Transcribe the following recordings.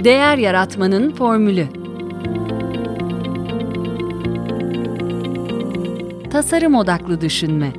Değer yaratmanın formülü. Tasarım odaklı düşünme.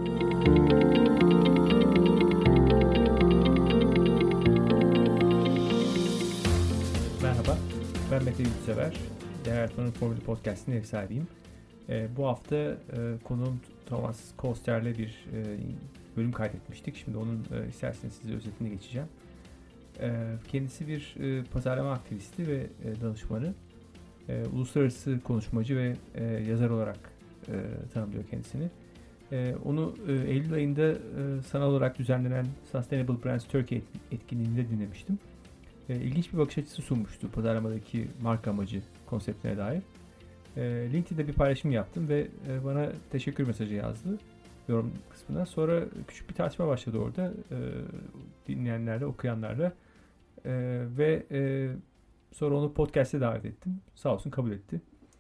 Merhaba, ben Mete Yurtsever. Değer Yaratmanın Formülü Podcast'ın ev sahibiyim. Bu hafta konuğum Thomas Koster'le bir bölüm kaydetmiştik. Şimdi onun isterseniz size özetini geçeceğim. Kendisi bir pazarlama aktivisti ve danışmanı. Uluslararası konuşmacı ve yazar olarak tanımlıyor kendisini. Onu Eylül ayında sanal olarak düzenlenen Sustainable Brands Turkey etkinliğinde dinlemiştim. İlginç bir bakış açısı sunmuştu pazarlamadaki marka amacı konseptine dair. LinkedIn'de bir paylaşım yaptım ve bana teşekkür mesajı yazdı yorum kısmına. Sonra küçük bir tartışma başladı orada dinleyenlerle, okuyanlarla ve sonra onu podcast'e davet ettim. Sağ olsun kabul etti.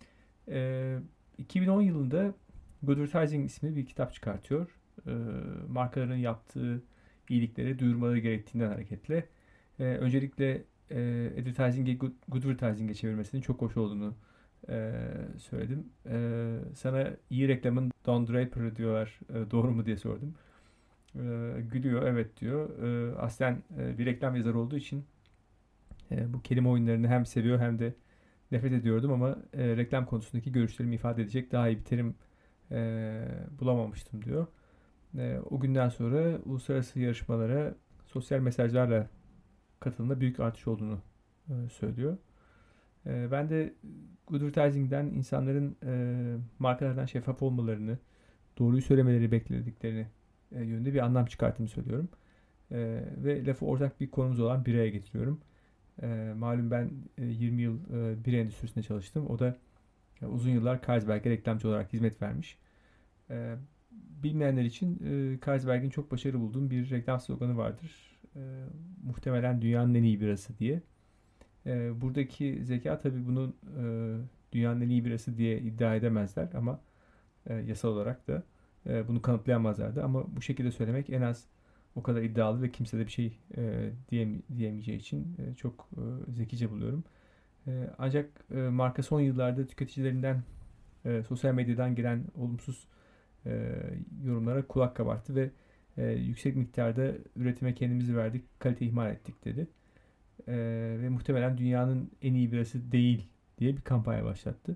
2010 yılında Good Advertising isimli bir kitap çıkartıyor. Markaların yaptığı iyilikleri duyurmaları gerektiğinden hareketle. Öncelikle advertising'i good advertising'e çevirmesinin çok hoş olduğunu söyledim. Sana iyi reklamın Don Draper diyorlar, doğru mu diye sordum. Gülüyor, evet diyor. Aslen bir reklam yazarı olduğu için bu kelime oyunlarını hem seviyor hem de nefret ediyordum ama reklam konusundaki görüşlerimi ifade edecek daha iyi bir terim bulamamıştım diyor. O günden sonra uluslararası yarışmalara sosyal mesajlarla katılımda büyük artış olduğunu söylüyor. Ben de Good Advertising'den insanların markalardan şeffaf olmalarını, doğruyu söylemeleri beklediklerini yönünde bir anlam çıkarttığımı söylüyorum. Ve lafı ortak bir konumuz olan bireye getiriyorum. Malum ben 20 yıl bira endüstrisinde çalıştım. O da uzun yıllar Carlsberg'e reklamcı olarak hizmet vermiş. Bilmeyenler için Carlsberg'in çok başarılı bulduğum bir reklam sloganı vardır. Muhtemelen dünyanın en iyi birası diye. Buradaki zeka tabii bunun dünyanın en iyi birası diye iddia edemezler ama yasal olarak da bunu kanıtlayamazlar da ama bu şekilde söylemek en az o kadar iddialı ve kimse de bir şey diyemeyeceği için çok zekice buluyorum. Ancak marka son yıllarda tüketicilerinden sosyal medyadan gelen olumsuz yorumlara kulak kabarttı ve yüksek miktarda üretime kendimizi verdik, kalite ihmal ettik dedi. Ve muhtemelen dünyanın en iyi birası değil diye bir kampanya başlattı.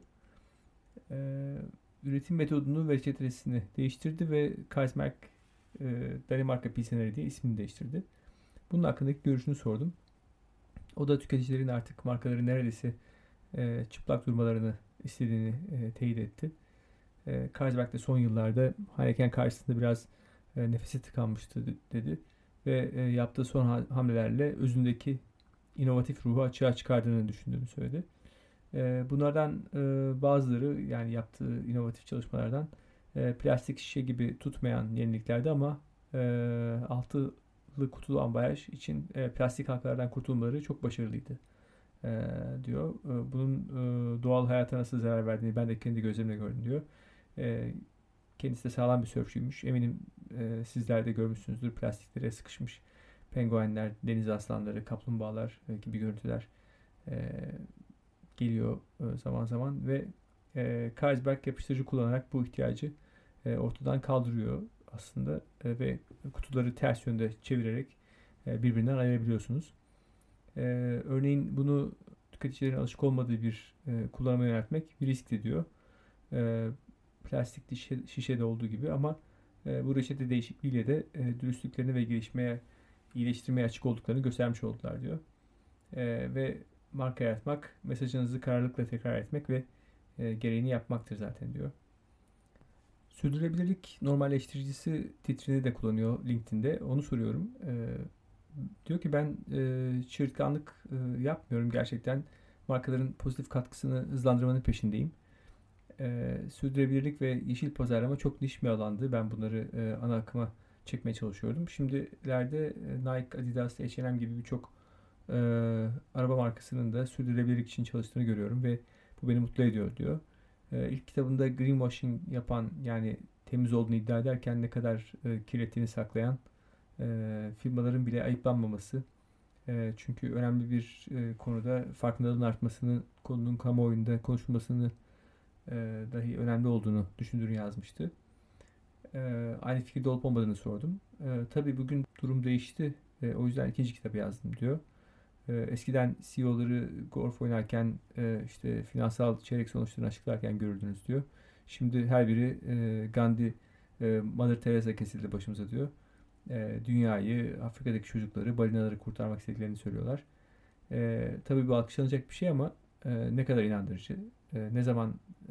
Üretim metodunu ve reçetesini değiştirdi ve Carlsberg Danimarka Pilsener diye ismini değiştirdi. Bunun hakkındaki görüşünü sordum. O da tüketicilerin artık markaları neredeyse çıplak durmalarını istediğini teyit etti. Carlsberg de son yıllarda Heineken karşısında biraz nefesi tıkanmıştı dedi ve yaptığı son hamlelerle özündeki inovatif ruhu açığa çıkardığını düşündüğünü söyledi. Bunlardan bazıları yani yaptığı inovatif çalışmalardan plastik şişe gibi tutmayan yeniliklerdi ama altılı kutulu ambalaj için plastik halkalardan kurtulmaları çok başarılıydı diyor. Bunun doğal hayata nasıl zarar verdiğini ben de kendi gözlerimle gördüm diyor. Kendisi de sağlam bir sörfçüymüş. Eminim sizler de görmüşsünüzdür. Plastiklere sıkışmış penguenler, deniz aslanları, kaplumbağalar gibi görüntüler geliyor zaman zaman ve Carlsberg yapıştırıcı kullanarak bu ihtiyacı ortadan kaldırıyor aslında ve kutuları ters yönde çevirerek birbirinden ayırabiliyorsunuz. Örneğin bunu tüketicilerin alışık olmadığı bir kullanıma yöneltmek bir riskli diyor. Plastik şişede olduğu gibi ama bu reçete değişikliğiyle de dürüstlüklerini ve iyileştirmeye açık olduklarını göstermiş oldular diyor. Ve marka yaratmak, mesajınızı kararlılıkla tekrar etmek ve gereğini yapmaktır zaten diyor. Sürdürülebilirlik normalleştiricisi titrini de kullanıyor LinkedIn'de. Onu soruyorum. Diyor ki ben çığırtkanlık yapmıyorum. Gerçekten markaların pozitif katkısını hızlandırmanın peşindeyim. Sürdürülebilirlik ve yeşil pazarlama çok niş bir alandı. Ben bunları ana akıma çekmeye çalışıyordum. Şimdilerde Nike, Adidas, H&M gibi birçok araba markasının da sürdürülebilirlik için çalıştığını görüyorum ve bu beni mutlu ediyor diyor. İlk kitabında greenwashing yapan yani temiz olduğunu iddia ederken ne kadar kirlettiğini saklayan firmaların bile ayıplanmaması Çünkü önemli bir konuda farkındalığın artmasını, konunun kamuoyunda konuşulmasını dahi önemli olduğunu düşündüğünü yazmıştı. Aynı fikirde olup olmadığını sordum. Tabii bugün durum değişti. O yüzden ikinci kitabı yazdım diyor. Eskiden CEO'ları golf oynarken işte finansal çeyrek sonuçlarını açıklarken görürdünüz diyor. Şimdi her biri Gandhi, Mother Teresa kesildi başımıza diyor. Dünyayı, Afrika'daki çocukları, balinaları kurtarmak istediklerini söylüyorlar. Tabii bu alkışlanacak bir şey ama ne kadar inandırıcı. Ne zaman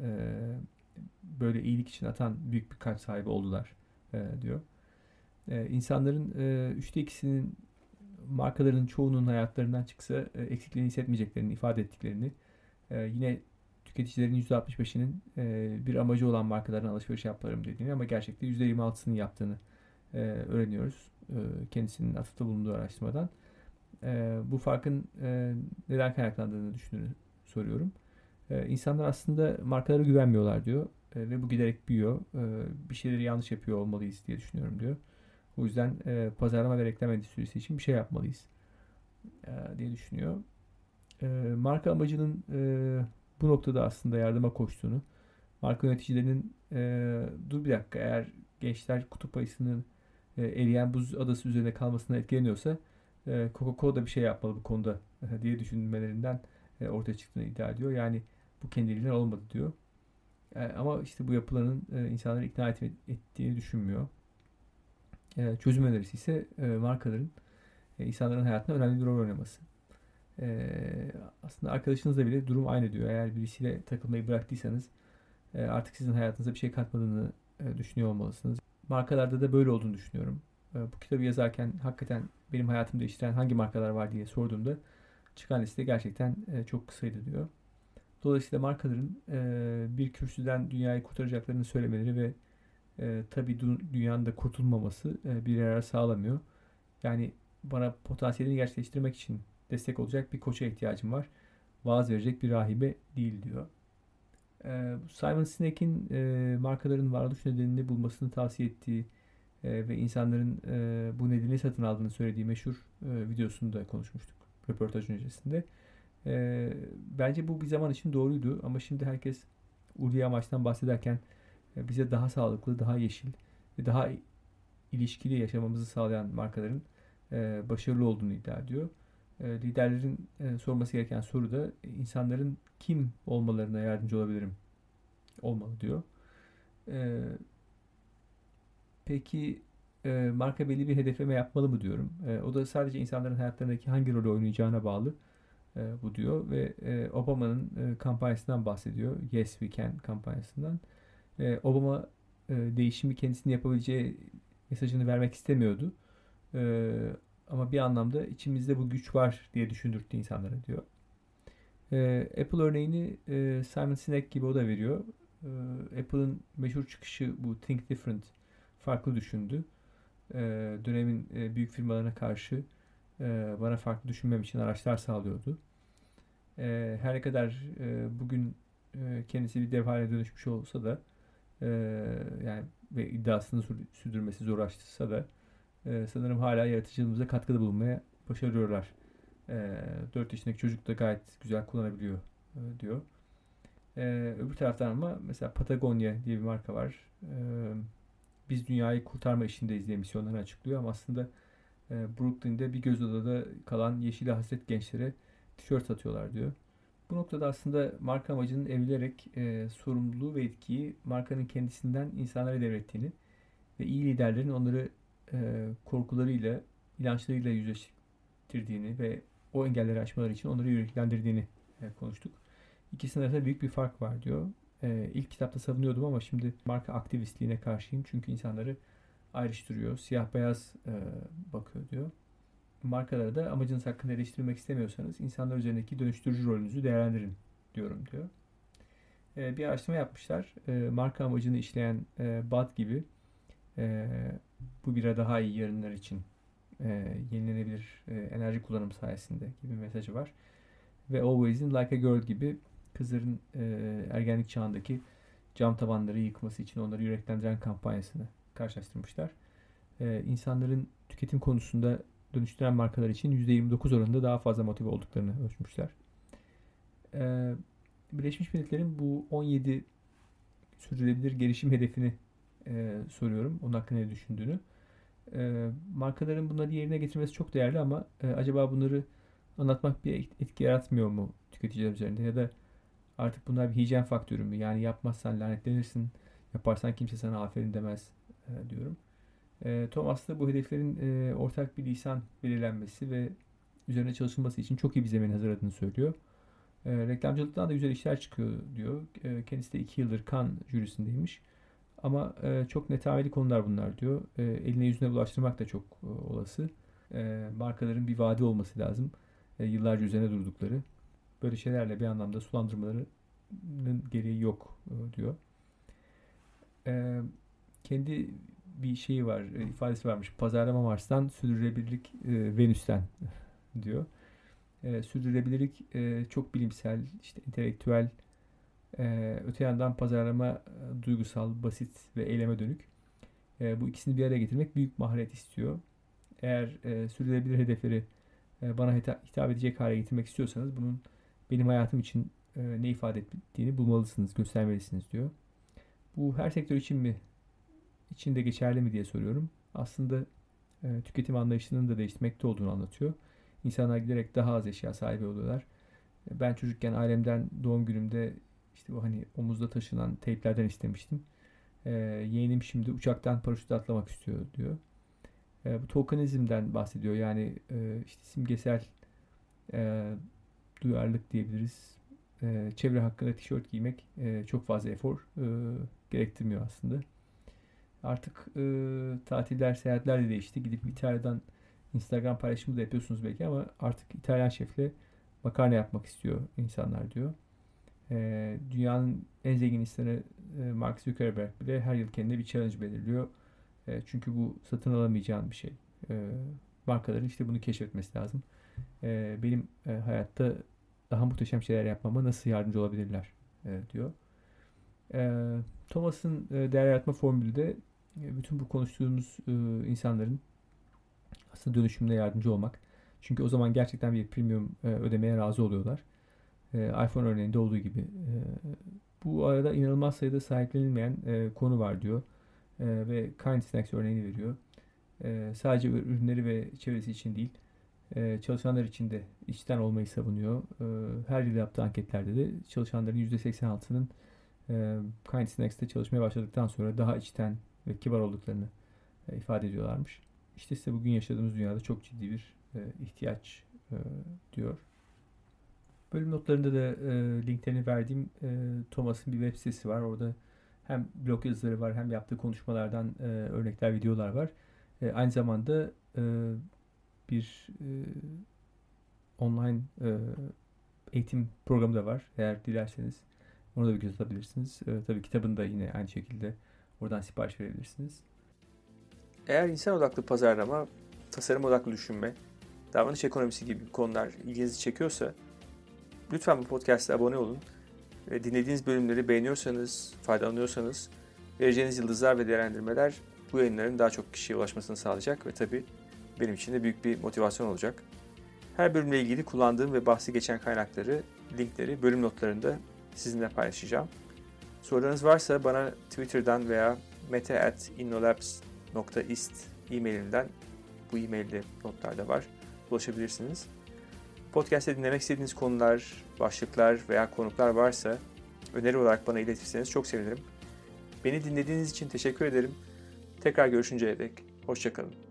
böyle iyilik için atan büyük bir kalp sahibi oldular diyor. İnsanların üçte ikisinin markaların çoğunun hayatlarından çıksa eksikliğini hissetmeyeceklerini ifade ettiklerini, yine tüketicilerin %65'inin bir amacı olan markalardan alışveriş yaparım dediğini ama gerçekte %26'sının yaptığını öğreniyoruz. Kendisinin atıfta bulunduğu araştırmadan. Bu farkın neden kaynaklandığını soruyorum. İnsanlar aslında markalara güvenmiyorlar diyor. Ve bu giderek büyüyor. Bir şeyleri yanlış yapıyor olmalıyız diye düşünüyorum diyor. O yüzden pazarlama ve reklam endüstrisi için bir şey yapmalıyız diye düşünüyor. Marka amacının bu noktada aslında yardıma koştuğunu, marka yöneticilerinin dur bir dakika, eğer gençler kutup ayısının eriyen buz adası üzerinde kalmasına etkileniyorsa Coca-Cola da bir şey yapmalı bu konuda diye düşünmelerinden ortaya çıktığını iddia ediyor. Yani bu kendiliğinden olmadı diyor. Ama işte bu yapılanın insanları ikna ettiğini düşünmüyor. Çözüm önerisi ise markaların insanların hayatında önemli bir rol oynaması. Aslında arkadaşınızla bile durum aynı diyor. Eğer birisiyle takılmayı bıraktıysanız artık sizin hayatınıza bir şey katmadığını düşünüyor olmalısınız. Markalarda da böyle olduğunu düşünüyorum. Bu kitabı yazarken hakikaten benim hayatımı değiştiren hangi markalar var diye sorduğumda çıkan liste gerçekten çok kısaydı diyor. Dolayısıyla markaların bir kürsüden dünyayı kurtaracaklarını söylemeleri ve tabii dünyanın da kurtulmaması bir yarar sağlamıyor. Yani bana potansiyelini gerçekleştirmek için destek olacak bir koça ihtiyacım var. Vaaz verecek bir rahibe değil diyor. Simon Sinek'in markaların varoluş nedenini bulmasını tavsiye ettiği ve insanların bu nedeni satın aldığını söylediği meşhur videosunu da konuşmuştuk röportaj öncesinde. Bence bu bir zaman için doğruydu ama şimdi herkes ulvi amaçtan bahsederken bize daha sağlıklı, daha yeşil ve daha ilişkili yaşamamızı sağlayan markaların başarılı olduğunu iddia ediyor. Liderlerin sorması gereken soru da insanların kim olmalarına yardımcı olabilirim olmalı diyor. Peki marka belli bir hedefleme yapmalı mı diyorum. O da sadece insanların hayatlarındaki hangi rolü oynayacağına bağlı bu diyor ve Obama'nın kampanyasından bahsediyor. Yes We Can kampanyasından. Obama değişimi kendisinin yapabileceği mesajını vermek istemiyordu. Ama bir anlamda içimizde bu güç var diye düşündürttü insanlara diyor. Apple örneğini Simon Sinek gibi o da veriyor. Apple'ın meşhur çıkışı bu Think Different, farklı düşündü. Dönemin büyük firmalarına karşı bana farklı düşünmem için araçlar sağlıyordu. Her ne kadar bugün kendisi bir dev haline dönüşmüş olsa da yani ve iddiasını sürdürmesi zorlaştırsa da sanırım hala yaratıcılığımıza katkıda bulunmaya başarıyorlar. 4 yaşındaki çocuk da gayet güzel kullanabiliyor diyor. Öbür taraftan ama mesela Patagonia diye bir marka var. Biz dünyayı kurtarma işindeyiz diye misyonlarını açıklıyor ama aslında Brooklyn'de bir göz odada kalan yeşile hasret gençlere tişört satıyorlar diyor. Bu noktada aslında marka amacının evrilerek sorumluluğu ve etkiyi markanın kendisinden insanlara devrettiğini ve iyi liderlerin onları korkularıyla, inançlarıyla yüzleştirdiğini ve o engelleri aşmaları için onları yüreklendirdiğini konuştuk. İkisinin arasında büyük bir fark var diyor. İlk kitapta savunuyordum ama şimdi marka aktivistliğine karşıyım. Çünkü insanları ayrıştırıyor. Siyah beyaz bakıyor diyor. Markalara da amacınız hakkında eleştirmek istemiyorsanız insanlar üzerindeki dönüştürücü rolünüzü değerlendirin diyorum diyor. Bir araştırma yapmışlar. Marka amacını işleyen BAT gibi bu bira daha iyi yarınlar için yenilenebilir enerji kullanımı sayesinde gibi bir mesajı var. Ve Always'in Like a Girl gibi kızların ergenlik çağındaki cam tavanları yıkması için onları yüreklendiren kampanyasını karşılaştırmışlar. İnsanların tüketim konusunda dönüştüren markalar için %29 oranında daha fazla motive olduklarını ölçmüşler. Birleşmiş Milletler'in bu 17 sürdürülebilir gelişim hedefini soruyorum. Onun hakkında ne düşündüğünü. Markaların bunları yerine getirmesi çok değerli ama acaba bunları anlatmak bir etki yaratmıyor mu tüketiciler üzerinde? Ya da artık bunlar bir hijyen faktörü mü? Yani yapmazsan lanetlenirsin, yaparsan kimse sana aferin demez diyorum. Thomas da bu hedeflerin ortak bir lisan belirlenmesi ve üzerine çalışılması için çok iyi bir zemin hazırladığını söylüyor. Reklamcılıktan da güzel işler çıkıyor diyor. Kendisi de 2 yıldır Cannes jürisindeymiş. Ama çok netameli konular bunlar diyor. Eline yüzüne bulaştırmak da çok olası. Markaların bir vaadi olması lazım. Yıllarca üzerine durdukları. Böyle şeylerle bir anlamda sulandırmalarının gereği yok diyor. Kendi bir şeyi var, ifadesi varmış. Pazarlama Mars'tan, sürdürülebilirlik Venüs'ten diyor. Sürdürülebilirlik çok bilimsel, işte entelektüel, öte yandan pazarlama duygusal, basit ve eyleme dönük. Bu ikisini bir araya getirmek büyük maharet istiyor. Eğer sürdürülebilir hedefleri bana hitap edecek hale getirmek istiyorsanız bunun benim hayatım için ne ifade ettiğini bulmalısınız, göstermelisiniz diyor. Bu her sektör için mi, için de geçerli mi diye soruyorum. Aslında tüketim anlayışının da değişmekte olduğunu anlatıyor. İnsanlar giderek daha az eşya sahibi oluyorlar. Ben çocukken ailemden doğum günümde işte bu hani omuzda taşınan teyplerden istemiştim. Yeğenim şimdi uçaktan paraşütle atlamak istiyor diyor. Bu tokenizmden bahsediyor. Yani işte simgesel duyarlılık diyebiliriz. Çevre hakkında tişört giymek çok fazla efor gerektirmiyor aslında. Artık tatiller, seyahatler de değişti. Gidip İtalya'dan Instagram paylaşımı da yapıyorsunuz belki ama artık İtalyan şefle makarna yapmak istiyor insanlar diyor. Dünyanın en zengin insanı Mark Zuckerberg bile her yıl kendine bir challenge belirliyor. Çünkü bu satın alamayacağın bir şey. Markaların işte bunu keşfetmesi lazım. Benim hayatta daha muhteşem şeyler yapmama nasıl yardımcı olabilirler diyor. Thomas'ın değer yaratma formülü de bütün bu konuştuğumuz insanların aslında dönüşümüne yardımcı olmak. Çünkü o zaman gerçekten bir premium ödemeye razı oluyorlar. iPhone örneğinde olduğu gibi. Bu arada inanılmaz sayıda sahiplenilmeyen konu var diyor. Ve Kind Snacks örneğini veriyor. Sadece ürünleri ve çevresi için değil, çalışanlar için de içten olmayı savunuyor. Her yıl yaptığı anketlerde de çalışanların %86'sının Kind Snacks'te çalışmaya başladıktan sonra daha içten ve kibar olduklarını ifade ediyorlarmış. İşte size bugün yaşadığımız dünyada çok ciddi bir ihtiyaç diyor. Bölüm notlarında da linklerini verdiğim Thomas'ın bir web sitesi var. Orada hem blog yazıları var hem yaptığı konuşmalardan örnekler, videolar var. Aynı zamanda bir online eğitim programı da var. Eğer dilerseniz onu da bir göz atabilirsiniz. Tabii kitabını da yine aynı şekilde oradan sipariş verebilirsiniz. Eğer insan odaklı pazarlama, tasarım odaklı düşünme, davranış ekonomisi gibi konular ilginizi çekiyorsa lütfen bu podcast'a abone olun. Ve dinlediğiniz bölümleri beğeniyorsanız, faydalanıyorsanız vereceğiniz yıldızlar ve değerlendirmeler bu yayınların daha çok kişiye ulaşmasını sağlayacak ve tabii benim için de büyük bir motivasyon olacak. Her bölümle ilgili kullandığım ve bahsi geçen kaynakları, linkleri bölüm notlarında sizinle paylaşacağım. Sorularınız varsa bana Twitter'dan veya mete@innolabs.ist e-mailimden, bu e-mailde notlarda var, ulaşabilirsiniz. Podcast'te dinlemek istediğiniz konular, başlıklar veya konuklar varsa öneri olarak bana iletirseniz çok sevinirim. Beni dinlediğiniz için teşekkür ederim. Tekrar görüşünceye dek hoşça kalın.